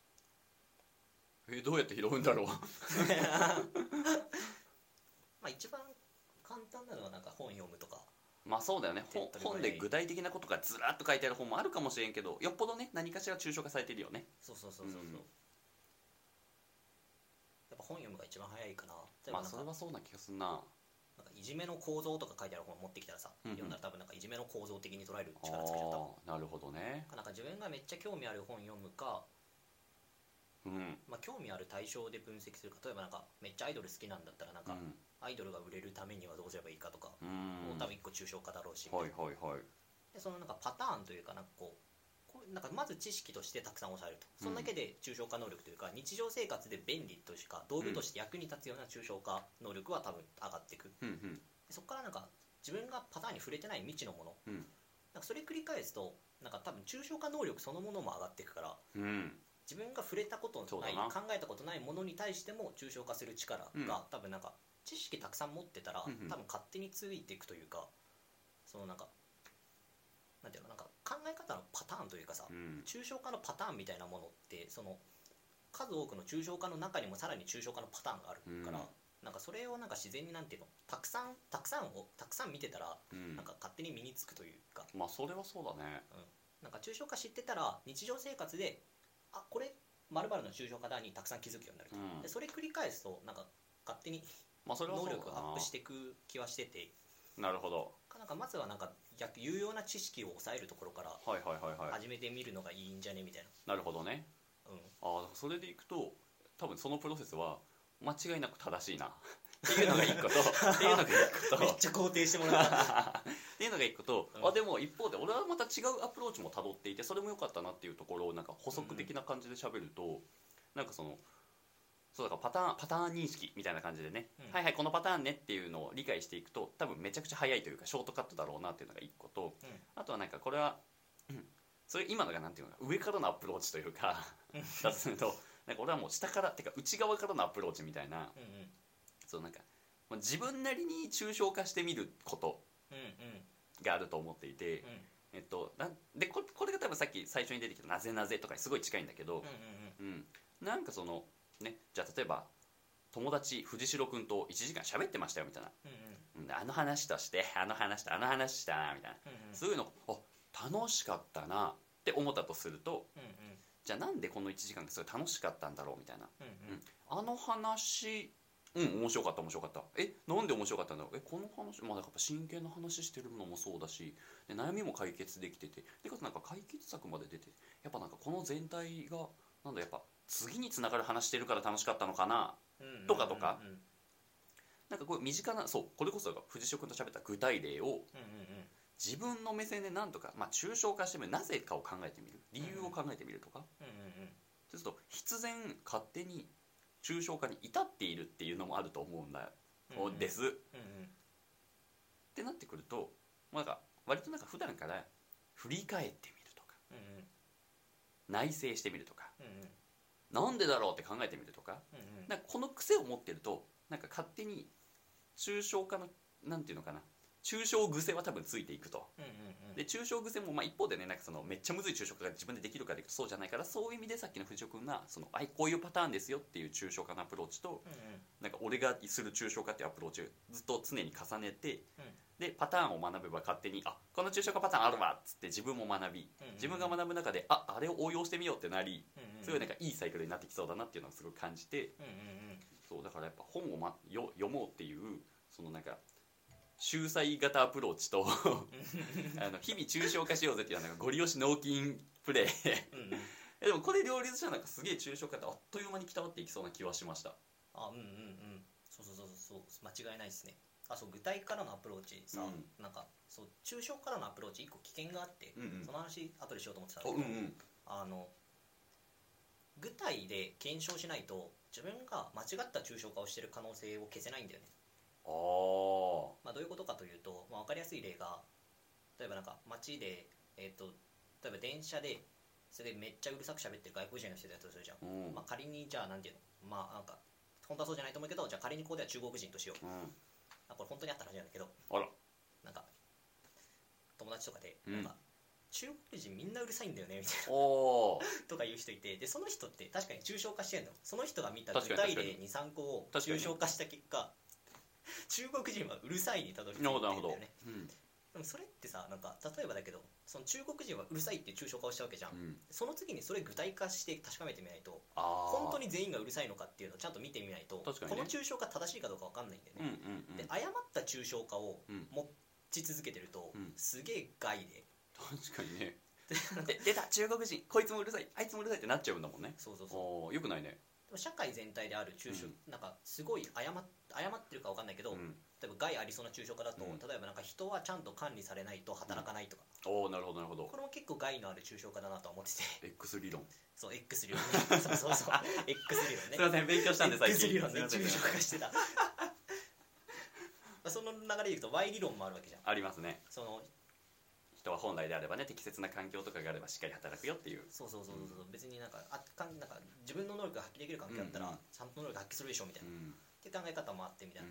えどうやって拾うんだろうまあ一番簡単なのはなんか本読むとか。 まあそうだよね。本で具体的なことがずらっと書いてある本もあるかもしれんけど、よっぽどね何かしら抽象化されてるよね。 そうそうそうそうそう、うん、やっぱ本読むが一番早いかな。 まあそれはそうな気がするな。 なんかいじめの構造とか書いてある本持ってきたらさ、うんうん、読んだら多分なんかいじめの構造的に捉える力つけちゃったもん。 なるほどね。 なんか自分がめっちゃ興味ある本読むか、うんまあ、興味ある対象で分析するか。例えばなんかめっちゃアイドル好きなんだったらなんか、うんアイドルが売れるためにはどうすればいいかとかもう多分一個抽象化だろうし、 はいはいはい、 でそのなんかパターンというかなんかこう、こうなんかまず知識としてたくさん抑えると、そんだけで抽象化能力というか日常生活で便利としか道具として役に立つような抽象化能力は多分上がっていく、うんうん、そこからなんか自分がパターンに触れてない未知のもの、うん、なんかそれ繰り返すとなんか多分抽象化能力そのものも上がっていくから、うん、自分が触れたことない考えたことないものに対しても抽象化する力が、うん、多分なんか知識たくさん持ってたら、うんうん、多分勝手についていくというか、そのなんかなんていうのなんか考え方のパターンというかさ、うん、抽象化のパターンみたいなものってその数多くの抽象化の中にもさらに抽象化のパターンがあるから、うん、なんかそれをなんか自然になんていうのたくさんたくさんをたくさん見てたら、うん、なんか勝手に身につくというか。 まあそれはそうだね。 うん、なんか抽象化知ってたら日常生活であこれ〇〇の抽象化だにたくさん気づくようになると、うん、でそれ繰り返すとなんか勝手にまあ、それは能力アップしていく気はしてて。 なるほど。 なんかまずはなんか逆有用な知識を抑えるところから始めてみるのがいいんじゃねみたいな。 なるほどね、うん、あそれでいくと多分そのプロセスは間違いなく正しいなっていうのが一個とっていうのが一個とめっちゃ肯定してもらったっていうのが一個と、うん、あでも一方で俺はまた違うアプローチもたどっていてそれも良かったなっていうところをなんか補足的な感じで喋ると、うん、なんかそのそうだからパターンパターン認識みたいな感じでね、うん、はいはいこのパターンねっていうのを理解していくと多分めちゃくちゃ早いというかショートカットだろうなっていうのが一個と、うん、あとはなんかこれは、うん、それ今のがなんていうのか上からのアプローチというかだとするとなんか俺はもう下からっていうか内側からのアプローチみたいな、うんうん、そうなんか自分なりに抽象化してみることがあると思っていて、うんうんえっと、なで こ, これが多分さっき最初に出てきたなぜなぜとかにすごい近いんだけど、うんうんうんうん、なんかそのね、じゃあ例えば友達藤代君といちじかん喋ってましたよみたいな、うんうん、あの話としてあの話とあの話したなみたいな、うんうん、そういうのあ楽しかったなって思ったとすると、うんうん、じゃあなんでこのいちじかんがそれ楽しかったんだろうみたいな、うんうん、あの話うん面白かった面白かったえなんで面白かったんだろうえこの話まあやっぱ真剣な話してるのもそうだしで悩みも解決できててでかつなんか解決策まで出てやっぱなんかこの全体がなんだやっぱ次につながる話してるから楽しかったのかな、うん、とかとか、うんなんかこう身近なそうこれこそ藤代君と喋った具体例を自分の目線でなんとか、まあ、抽象化してみる、なぜかを考えてみる、理由を考えてみるとか、 うんうんうん、 そうすると必然勝手に抽象化に至っているっていうのもあると思うんだよ、うんうん、です、うんうん、ってなってくると、まあ、なんか割となんか普段から振り返ってみるとか、うんうん、内省してみるとか、うんうん、なんでだろうって考えてみるとか、うんうん、なんかこの癖を持ってるとなんか勝手に抽象化のなんていうのかな、抽象癖は多分ついていくと、うんうんうん、で抽象癖もまあ一方でね、なんかそのめっちゃむずい抽象化が自分でできるかでそうじゃないから、そういう意味でさっきの藤尾君がそのあこういうパターンですよっていう抽象化のアプローチと、うんうん、なんか俺がする抽象化っていうアプローチをずっと常に重ねて、うん、でパターンを学べば勝手にあこの抽象化パターンあるわっつって自分も学び、うんうん、自分が学ぶ中でああれを応用してみようってなり、うんうん、すごいなんかいいサイクルになってきそうだなっていうのをすごい感じて、うんうんうん、そうだからやっぱ本を、ま、よ読もうっていうそのなんか秀才型アプローチとあの日々抽象化しようぜっていうなんかゴリ押し脳筋プレイうん、でもこれ両立したらなんかすげえ抽象化ってあっという間に伝わっていきそうな気はしました。 あうんうんうん、そうそうそうそう間違いないですね。あそう具体からのアプローチさ、うん、なんかそう抽象からのアプローチ一個危険があって、うんうん、その話後でしようと思ってたんだけど、うんうん、あの具体で検証しないと自分が間違った抽象化をしてる可能性を消せないんだよね。あ、まあ、どういうことかというと、まあ、分かりやすい例が例えばなんか街で、えー、と例えば電車ですげえめっちゃうるさく喋ってる外国人の人だとするじゃん、うん、まあ、仮にじゃあなんていうのまあなんか本当はそうじゃないと思うけどじゃあ仮にここでは中国人としよう、うん、あこれ本当にあった話なんだけどあらなんか友達とかでなんか、うん、中国人みんなうるさいんだよねみたいなとか言う人いてでその人って確かに抽象化してんのその人が見た具体例 にさんこを抽象化した結果中国人はうるさいにたどり着いてるんだよね、うん、でもそれってさなんか例えばだけどその中国人はうるさいっていう抽象化をしたわけじゃん、うん、その次にそれ具体化して確かめてみないと本当に全員がうるさいのかっていうのをちゃんと見てみないと、ね、この抽象化正しいかどうか分かんないんだよね、うんうんうん、で誤った抽象化を持ち続けてると、うん、すげえ害で確かにねで出た中国人こいつもうるさいあいつもうるさいってなっちゃうんだもんね。そうそうそうよくないね。 社会全体である抽象、うん、なんかすごい誤っ、誤ってるか分かんないけど、うん、例えば害ありそうな抽象化だと、うん、例えばなんか人はちゃんと管理されないと働かないとか、 うん、おおなるほどなるほど。 これも結構害のある抽象化だなと思ってて X 理論そう X 理論そうそうそう X 理論ねすいません勉強したんで最近 X 理論で抽象化してたその流れでいくと Y 理論もあるわけじゃん。 ありますね。 その人は本来であればね適切な環境とかがあればしっかり働くよっていう。 そうそうそうそう、うん、別になんかあかんなんか自分の能力が発揮できる環境だったら、うんうん、ちゃんと能力発揮するでしょみたいな、うん、って考え方もあってみたいな、うん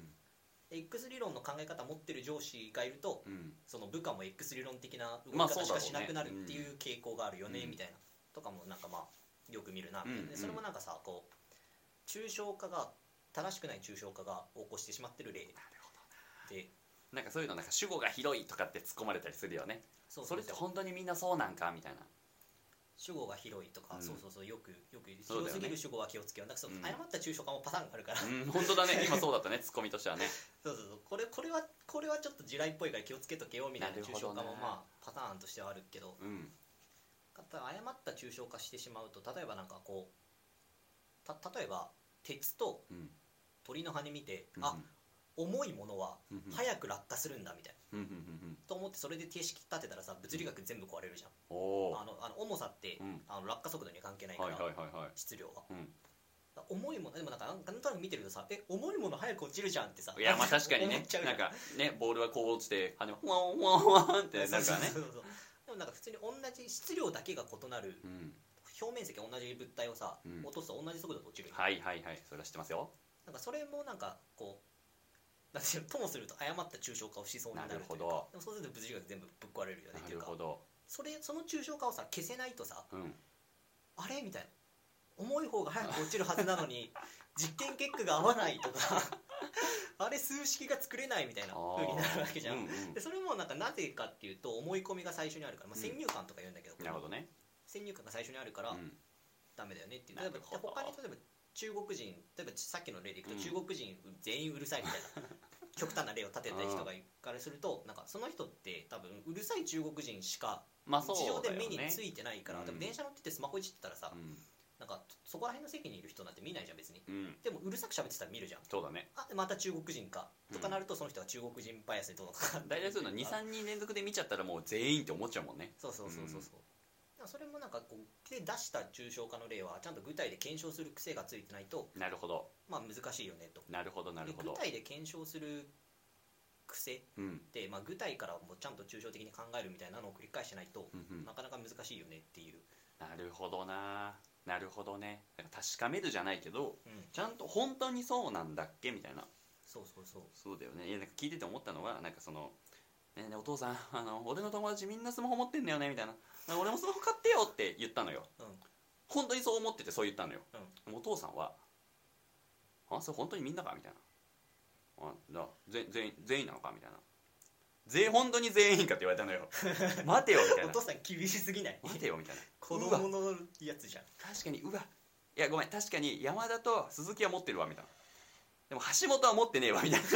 、X 理論の考え方持ってる上司がいると、うん、その部下も X 理論的な動き方しかしなくなるっていう傾向があるよね、うん、みたいなとかもなんかまあよく見るなみたいな、うん、でそれもなんかさこう抽象化が正しくない抽象化が起こしてしまってる例でなんかそういうのなんか主語が広いとかって突っ込まれたりするよね。そうそうそうそれって本当にみんなそうなんかみたいな。 主語が広いとか、うん、そうそうそうよくよく広すぎる主語は気をつけよう。なんかそう、うん、誤った抽象化もパターンがあるから、うん、本当だね今そうだったねツッコミとしてはねそうそうそうこれこれはこれはちょっと地雷っぽいから気をつけとけよみたいな抽象化もまあパターンとしてはあるけど、うん、誤った抽象化してしまうと例えばなんかこうた例えば鉄と鳥の羽見て、うん、あ、うん重いものは早く落下するんだみたいな、うんうんうん、と思ってそれで定式立てたらさ物理学全部壊れるじゃん、うん、あのあの重さって、うん、あの落下速度には関係ないから、はいはいはいはい、質量は、うん、重いものでもなんかなんとなく見てるとさえ重いもの早く落ちるじゃんってさいやまあ確かにねなんかねボールはこう落ちて羽はふわんふわんふわんってなんかねそうそうそうでもなんか普通に同じ質量だけが異なる、うん、表面積同じ物体をさ、うん、落とすと同じ速度で落ちるはいはいはいそれは知ってますよ。 なんかそれもなんかこうともすると誤った抽象化をしそうになるというか、でもそうすると物理学全部ぶっ壊れるよねっていうか、それその抽象化をさ消せないとさ、うん、あれみたいな重い方が早く落ちるはずなのに実験結果が合わないとかあれ数式が作れないみたいな風になるわけじゃん、うんうん、でそれもなんかなぜかっていうと思い込みが最初にあるから、まあ、先入観とか言うんだけど、うん、 なるほどね、 先入観が最初にあるから、うん、ダメだよねっていう。例えば他に例えば中国人例えばさっきの例でいくと、うん、中国人全員うるさいみたいな極端な例を立てた人がいるからするとなんかその人って多分うるさい中国人しか日常で目についてないから、まあね、でも電車乗っててスマホいじってたらさ、うん、 なんかそこら辺の席にいる人なんて見ないじゃん別に、 うん、 でもうるさく喋ってたら見るじゃん。 そうだね。 あでまた中国人かとかなると、その人が中国人バイアスでどうのか大体そういうのにさんにん連続で見ちゃったらもう全員って思っちゃうもんね。 そうそうそうそうそう、うん、それもなんかこうで出した抽象化の例はちゃんと具体で検証する癖がついてないと、 なるほど、 まあ難しいよねと。 なるほどなるほど。 具体で検証する癖って、うん、まあ、具体からもちゃんと抽象的に考えるみたいなのを繰り返してないと、うんうん、なかなか難しいよねっていう。 なるほどな、なるほどね。なんか確かめるじゃないけど、うん、ちゃんと本当にそうなんだっけみたいな。 そうそうそうそうだよね。いやなんか聞いてて思ったのは、なんかそのねえねえお父さん、あの俺の友達みんなスマホ持ってんだよねみたいな、俺もスマホ買ってよって言ったのよ、うん、本当にそう思っててそう言ったのよ、うん、お父さんはあそれ本当にみんなかみたいな、あだ全全員全員なのかみたいな、全本当に全員かって言われたのよ待てよみたいな、 お父さん厳しすぎない？ 待てよみたいな、 子供のやつじゃん。 確かに、うわいやごめん、確かに山田と鈴木は持ってるわみたいな、でも橋本は持ってねえわみたい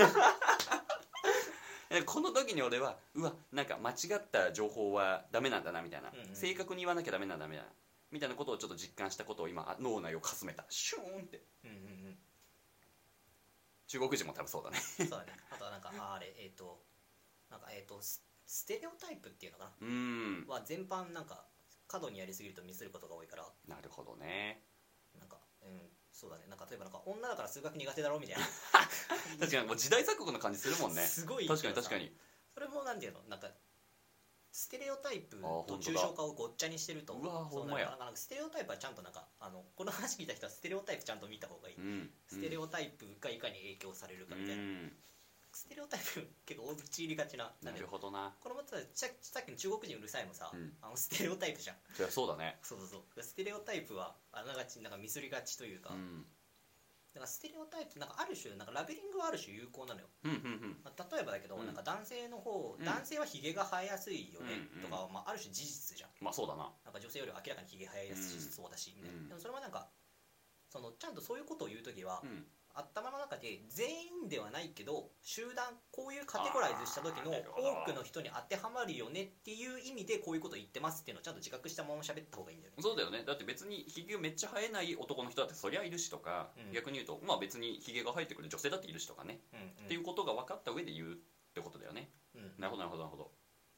なこの時に俺はうわなんか間違った情報はダメなんだなみたいな、うんうん、正確に言わなきゃダメなんだみたいなみたいなことをちょっと実感したことを今脳内をかすめた、シューンって、うんうんうん、中国人も多分そうだねそうだね。あとはなんかあれえっ、ー、となんかえっ、ー、とステレオタイプっていうのかな、うんは全般なんか過度にやりすぎるとミスることが多いから。 なるほどね。 なんかうんそうだね、なんか例えばなんか女だから数学苦手だろみたいな確かにもう時代錯誤の感じするもんね。 すごい確かに確かに。 それもなんていうの、なんかステレオタイプと抽象化をごっちゃにしてると、 うわほんまや。 なんかステレオタイプはちゃんとなんかあのこの話聞いた人はステレオタイプちゃんと見た方がいい、うん、ステレオタイプがいかに影響されるかみたいな、うん、ステレオタイプ結構陥りがちな。 なるほどな。 これもさっきの中国人うるさいもさ、うん、あのステレオタイプじゃん。 そりゃそうだね。 そうそうそう、ステレオタイプはあながちなんかミスりがちというか、うん、だからステレオタイプなんかある種なんかラベリングはある種有効なのよ、うんうんうんまあ、例えばだけど、うん、なんか男性の方、うん、男性はヒゲが生えやすいよねとかは、まあ、ある種事実じゃん。 まあそうだな。 なんか女性より明らかにヒゲ生えやすそうだし、うん、でもそれはなんかそのちゃんとそういうことを言うときは、うん、頭の中で全員ではないけど集団こういうカテゴライズした時の多くの人に当てはまるよねっていう意味でこういうことを言ってますっていうのをちゃんと自覚したまま喋った方がいいんだよね。 そうだよね。だって別にヒゲめっちゃ生えない男の人だってそりゃいるしとか、うん、逆に言うとまあ別にヒゲが生えてくる女性だっているしとかね、うんうん、っていうことが分かった上で言うってことだよね、うん、なるほどなるほどなるほど。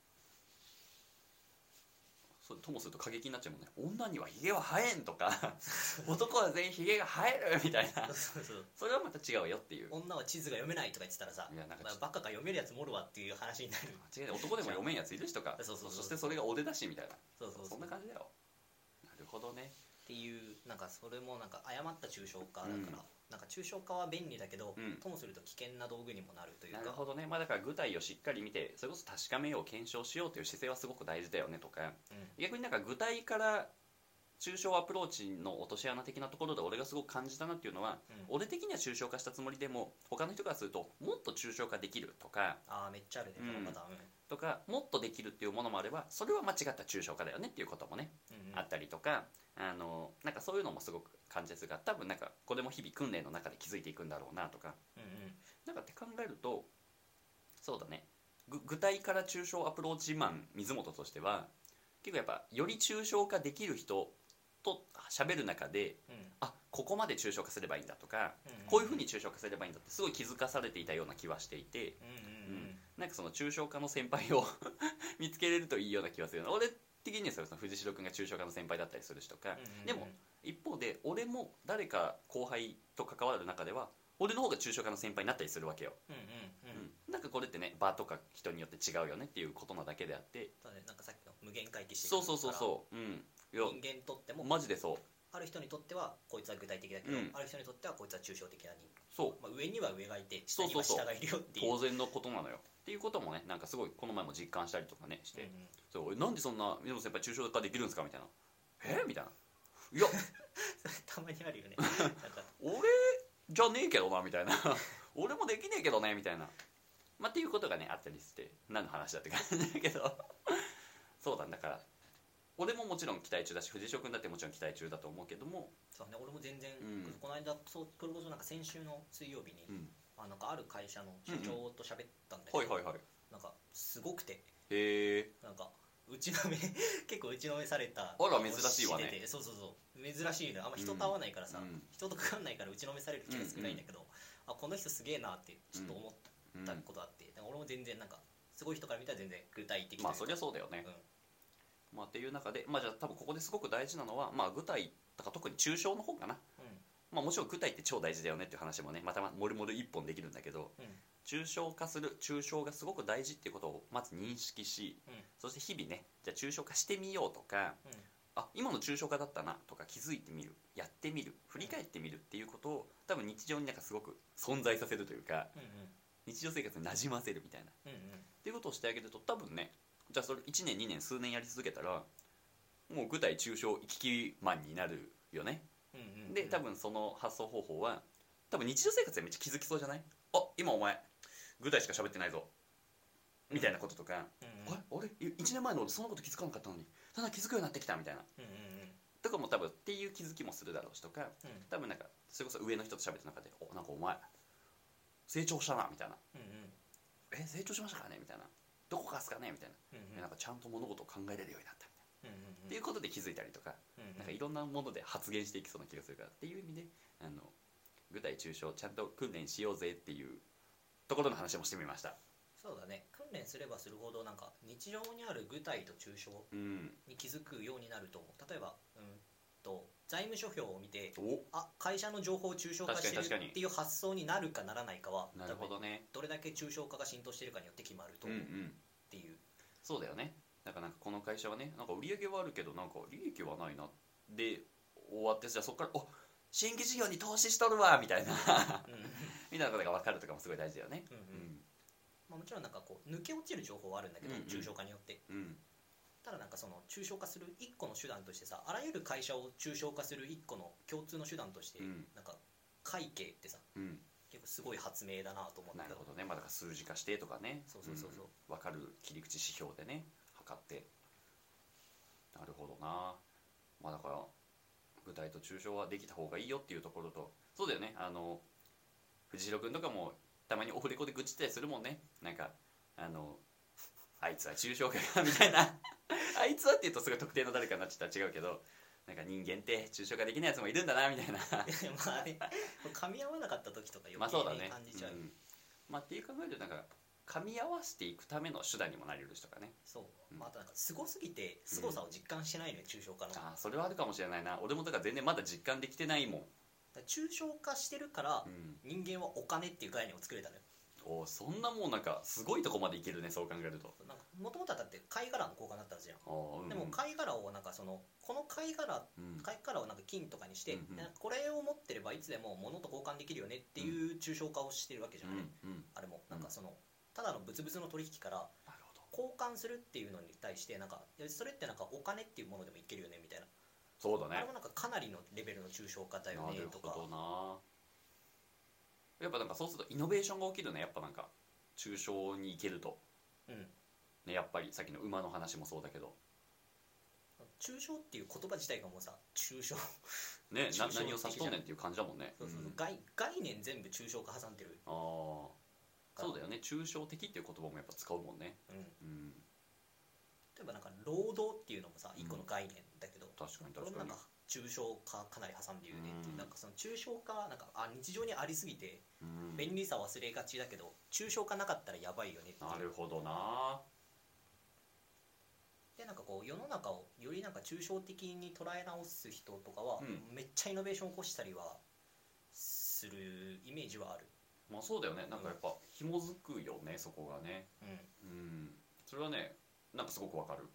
そうともすると過激になっちゃうもんね。女にはヒゲは生えんとか男は全員ヒゲが生えるみたいなそうそうそれはまた違うよっていう。 女は地図が読めないとか言ってたらさ、いやなんかバカが読めるやつもるわっていう話になる。 違う、男でも読めんやついるしとかそうそうそうそう、そしてそれが俺だしみたいな、そうそうそうそんな感じだよ。なるほどね。 っていうなんかそれもなんか誤った抽象化だから、うん、なんか抽象化は便利だけど、うん、ともすると危険な道具にもなるというか。 なるほどね。まあだから具体をしっかり見てそれこそ確かめよう検証しようという姿勢はすごく大事だよねとか、うん、逆になんか具体から抽象アプローチの落とし穴的なところで俺がすごく感じたなっていうのは、うん、俺的には抽象化したつもりでも他の人からするともっと抽象化できるとか、 あーめっちゃあるね、このパターン、うん、 とかもっとできるっていうものもあればそれは間違った抽象化だよねっていうこともね、うんうん、あったりとか、あのなんかそういうのもすごく感じですが、多分なんかこれも日々訓練の中で気づいていくんだろうなとか、うんうん、なんかって考えるとそうだね、ぐ具体から抽象アプローチマン水本としては結構やっぱより抽象化できる人と喋る中で、うん、あここまで抽象化すればいいんだとか、うんうんうん、こういうふうに抽象化すればいいんだってすごい気づかされていたような気はしていて、うんうんうんうん、なんかその抽象化の先輩を見つけれるといいような気がする。俺的にはその藤代君が抽象化の先輩だったりするしとか、うんうんうん、でも一方で俺も誰か後輩と関わる中では俺の方が抽象化の先輩になったりするわけよ、うんうんうんうん、なんかこれってね場とか人によって違うよねっていうことなだけであって、 なんかさっきの無限回帰してくるから、そうそうそうそう、うん、 人間にとってもマジでそう、 ある人にとってはこいつは具体的だけど、うん、ある人にとってはこいつは抽象的な人、 そう、 まあ、上には上がいて下には下がいるよっていう、 そうそうそう当然のことなのよっていうこともね、なんかすごいこの前も実感したりとかねして、うんうん、そうなんでそんな水本先輩抽象化できるんですかみたいな、えみたいな、いやたまにあるよねなんか俺じゃねえけどなみたいな俺もできねえけどねみたいな、まあっていうことがねあったりして何の話だって感じだけどそうだ、だから俺ももちろん期待中だし藤代君だってもちろん期待中だと思うけども、 そうね、俺も全然、うん、この間そうそれこそなんか先週の水曜日に、うん、あなんかある会社の社長と喋ったんだけど、うんうん、はいはいはい、なんかすごくて、へえ、なんか打ちのめ結構打ちのめされたあら珍しいわね。 ててそうそうそう珍しいの。あんま人と会わないからさ、 うん、 人とかかんないから打ちのめされる機会少ないんだけど、うんうん、あこの人すげえなってちょっと思ったことあって、うん、俺も全然なんかすごい人から見たら全然具体的まあそりゃそうだよね、うん、まあっていう中でまあじゃあ多分ここですごく大事なのはまあ具体とか特に抽象の方かな、うんまあ、もちろん具体って超大事だよねっていう話もねまたもりもり一本できるんだけど、うん、抽象化する抽象がすごく大事っていうことをまず認識し、うん、そして日々ねじゃあ抽象化してみようとか、うん、あ今の抽象化だったなとか気づいてみるやってみる振り返ってみるっていうことを多分日常になんかすごく存在させるというか、うんうん、日常生活になじませるみたいな、うんうん、っていうことをしてあげると多分ねじゃあそれいちねんにねん数年やり続けたらもう具体抽象行き来マンになるよね、うんうんうん、で多分その発想方法は多分日常生活でめっちゃ気づきそうじゃない？あ今お前具体しか喋ってないぞみたいなこととか、うんうん、あれ俺いちねんまえの俺そんなこと気づかなかったのにそんな気づくようになってきたみたいな、うんうんうん、とかも多分っていう気づきもするだろうしとか、うん、多分なんかそれこそ上の人と喋ってる中でおなんかお前成長したなみたいな、うんうん、え成長しましたかねみたいなどこかすかねみたいな、うんうん、なんかちゃんと物事を考えれるようになったみたいな、うんうんうん、っていうことで気づいたりとか、うんうん、なんかいろんなもので発言していきそうな気がするからっていう意味であの具体抽象ちゃんと訓練しようぜっていうところの話もしてみました。 そうだね訓練すればするほどなんか日常にある具体と抽象に気づくようになると思う。例えば、うんと財務諸表を見てあ会社の情報を抽象化してるっていう発想になるかならないかはなるほど、ね、 どれだけ抽象化が浸透してるかによって決まると思うっていう、うんうん、 そうだよね。だからなんかこの会社はねなんか売り上げはあるけどなんか利益はないなで終わってじゃあそこからお新規事業に投資しとるわみたいなみたいなことが分かるとかもすごい大事だよね、うんうんうんまあ、もちろんなんかこう抜け落ちる情報はあるんだけど、うんうん、抽象化によって、うん、ただなんかその抽象化する一個の手段としてさあらゆる会社を抽象化する一個の共通の手段として、うん、なんか会計ってさ、うん、結構すごい発明だなと思って。 なるほどね、まあ、だから数字化してとかねそうそうそうそう、うん、分かる切り口指標でね測ってなるほどな。まあだから具体と抽象はできた方がいいよっていうところとそうだよねあの藤代君とかもたまにオフレコで愚痴ったりするもんね。なんかあのあいつは抽象化がみたいなあいつはって言うとすごい特定の誰かになっちゃったら違うけどなんか人間って抽象化できないやつもいるんだなみたいなまあね噛み合わなかった時とか余計に感じちゃう、まあそうだね、うんまあ、っていう考えるとなんか噛み合わせていくための手段にもなれる人かね。 そう、うんまあ、あとなんかすごすぎてすごさを実感してないのよ、うん、抽象化の。 あそれはあるかもしれないな。俺もだから全然まだ実感できてないもん。 抽象化してるから人間はお金っていう概念を作れたのよ、 うん、おそんなもんなんかすごいとこまでいけるねそう考えると。 もともとはだって貝殻の交換だったはずじゃん、うんうん、でも貝殻をなんかそのこの貝殻、うん、貝殻をなんか金とかにして、うんうん、なんかこれを持ってればいつでも物と交換できるよねっていう抽象化をしてるわけじゃない、うんうん、あれもなんかそのただの物々の取引から交換するっていうのに対してなんかそれってなんかお金っていうものでもいけるよねみたいな。 そうだね。 あれもなんかかなりのレベルの抽象化だよねとか。なるほどな。 やっぱなんかそうするとイノベーションが起きるね。やっぱなんか抽象にいけると、うんね、やっぱりさっきの馬の話もそうだけど抽象っていう言葉自体がもうさ抽象ねな何を指しとんねんっていう感じだもんね。 そうそうそう、うん、概, 概念全部抽象化挟んでる。ああそうだよね。抽象的っていう言葉もやっぱ使うもんね、うんうん、 例えばなんか労働っていうのもさ一個の概念だけど、うん、 確かに確かになんか抽象化かなり挟んでるよねっていう、うん、なんかその抽象化なんかあ日常にありすぎて、うん、便利さ忘れがちだけど抽象化なかったらやばいよねっていう。 なるほどな。 でなんかこう世の中をよりなんか抽象的に捉え直す人とかは、うん、めっちゃイノベーションを起こしたりはするイメージはある。 まあそうだよね。なんかやっぱ紐づくよね、そこがね、うん、うん、それはねなんかすごくわかる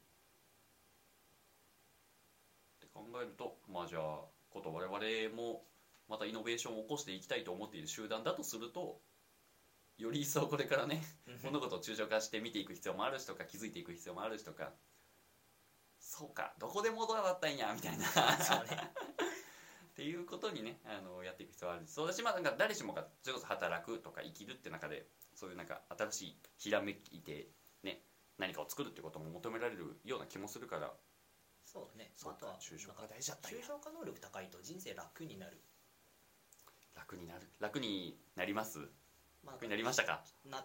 って考えると、まあじゃあこと我々もまたイノベーションを起こしていきたいと思っている集団だとするとより一層これからね物事を抽象化して見ていく必要もあるしとか気づいていく必要もあるしとかそうかどこでもドアだったんやみたいなそうねっていうことにねあのやっていく必要はある。そうだしまあなんか誰しもがそれこそ働くとか生きるって中でそういうなんか新しいひらめいてね何かを作るってことも求められるような気もするから。 そうね。 そうか、あとは抽象化大事だったんや。 抽象化能力高いと人生楽になる。 楽になる楽になります、まあ、楽になりましたか。 な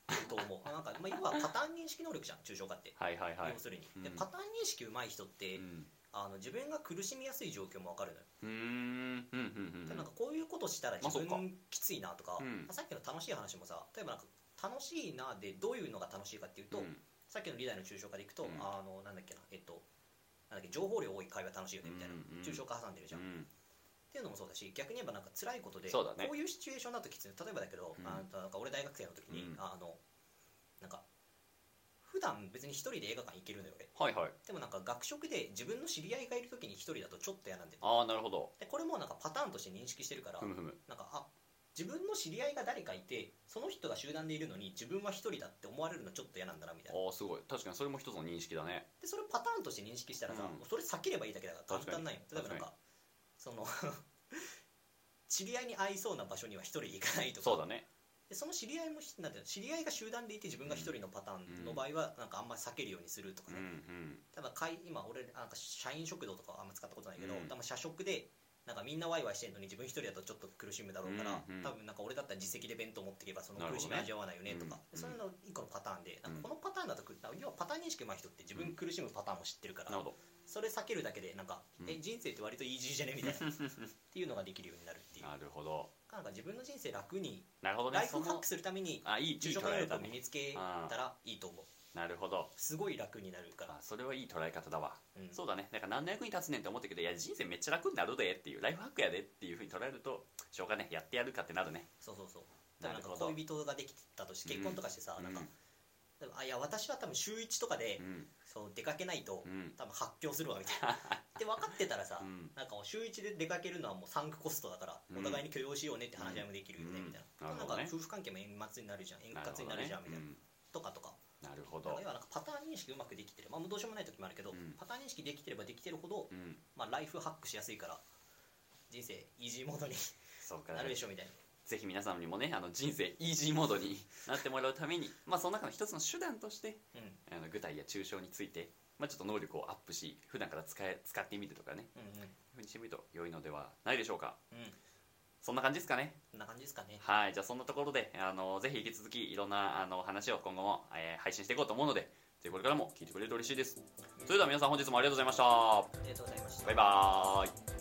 と思うなんか、まあ、要はパターン認識能力じゃん抽象化って。 はいはいはい、 要するに、 うん、 でパターン認識上手い人って、うん、あの自分が苦しみやすい状況も分かるのよ。うーんうんうんうん、なんかこういうことしたら自分きついなとか、まあ、うん、さっきの楽しい話もさ、例えばなんか楽しいなでどういうのが楽しいかっていうと、うん、さっきのリダイの抽象化でいくと、うん、あのなんだっけなえっとなんだっけ情報量多い会話楽しいよねみたいな、うんうん、抽象化挟んでるじゃん、うん、っていうのもそうだし、逆に言えばなんか辛いことで、ね、こういうシチュエーションだときつい。例えばだけど、うん、あなんか俺大学生の時に、うん、あのなんか普段別に一人で映画館行けるのよ俺、はいはい、でもなんか学食で自分の知り合いがいる時に一人だとちょっと嫌なんだよ。 ああなるほど。 でこれもなんかパターンとして認識してるから、ふむふむ、なんかあ自分の知り合いが誰かいてその人が集団でいるのに自分は一人だって思われるのちょっと嫌なんだなみたいな。 ああすごい、確かにそれも一つの認識だね。 でそれをパターンとして認識したらさ、うん、それ避ければいいだけだから簡単ないよ。例えばなんかその知り合いに合いそうな場所には一人行かないとか。 そうだね。 でその知り合いもなんていうの、知り合いが集団でいて自分が一人のパターンの場合はなんかあんまり避けるようにするとかね、うんうん、ただ今俺なんか社員食堂とかはあんま使ったことないけど、うん、多分社食でなんかみんなワイワイしてるのに自分一人だとちょっと苦しむだろうから、うんうん、多分なんか俺だったら自席で弁当持っていけばその苦しみ味わわないよねとか、ね、うん、そういうの一個のパターンで、なんかこのパターンだと要はパターン認識上手い人って自分苦しむパターンも知ってるから、うん、それ避けるだけでなんか、うん、え人生って割とイージーじゃねみたいなっていうのができるようになるっていう。 なるほど。 なんか自分の人生楽に、 なるほど、ね、 ライフハックするために抽象化能力を身につけたらいいと思う。 なるほど、 すごい楽になるから。 あそれはいい捉え方だわ、うん、そうだね。だから何の役に立つねんって思ったけど、いや人生めっちゃ楽になるでっていう、ライフハックやでっていうふうに捉えるとしょうがねやってやるかってなるね。 そうそうそう。だからなんか恋人ができたとして結婚とかしてさ、うん、なんか、うん、あいや私は多分週いちとかで、うん、そう出かけないと、うん、多分発狂するわみたいなで分かってたらさ、うん、なんかもう週いちで出かけるのはもうサンクコストだから、うん、お互いに許容しようねって話し合いもできるよね、うん、みたいな、うん、なんか夫婦関係も円滑になるじゃん、円滑になるじゃんみたいな、ね、うん、とかとか。 なるほど。 要はなんかパターン認識うまくできてる、まあ、どうしようもない時もあるけど、うん、パターン認識できてればできてるほど、うん、まあ、ライフハックしやすいから人生イージーモードになるでしょみたいな。 ぜひ皆さんにもねあの人生イージーモードになってもらうためにまあその中の一つの手段として、うん、あの具体や抽象について、まあ、ちょっと能力をアップし普段から使え使ってみるとかね、うんうん、ふうにしてみると良いのではないでしょうか、うん、そんな感じですかね。 そんな感じですかね。 はい、じゃあそんなところであのぜひ引き続きいろんなあの話を今後も、えー、配信していこうと思うので、ぜひこれからも聞いてくれると嬉しいです、うん、それでは皆さん本日もありがとうございました。 ありがとうございました。 バイバーイ。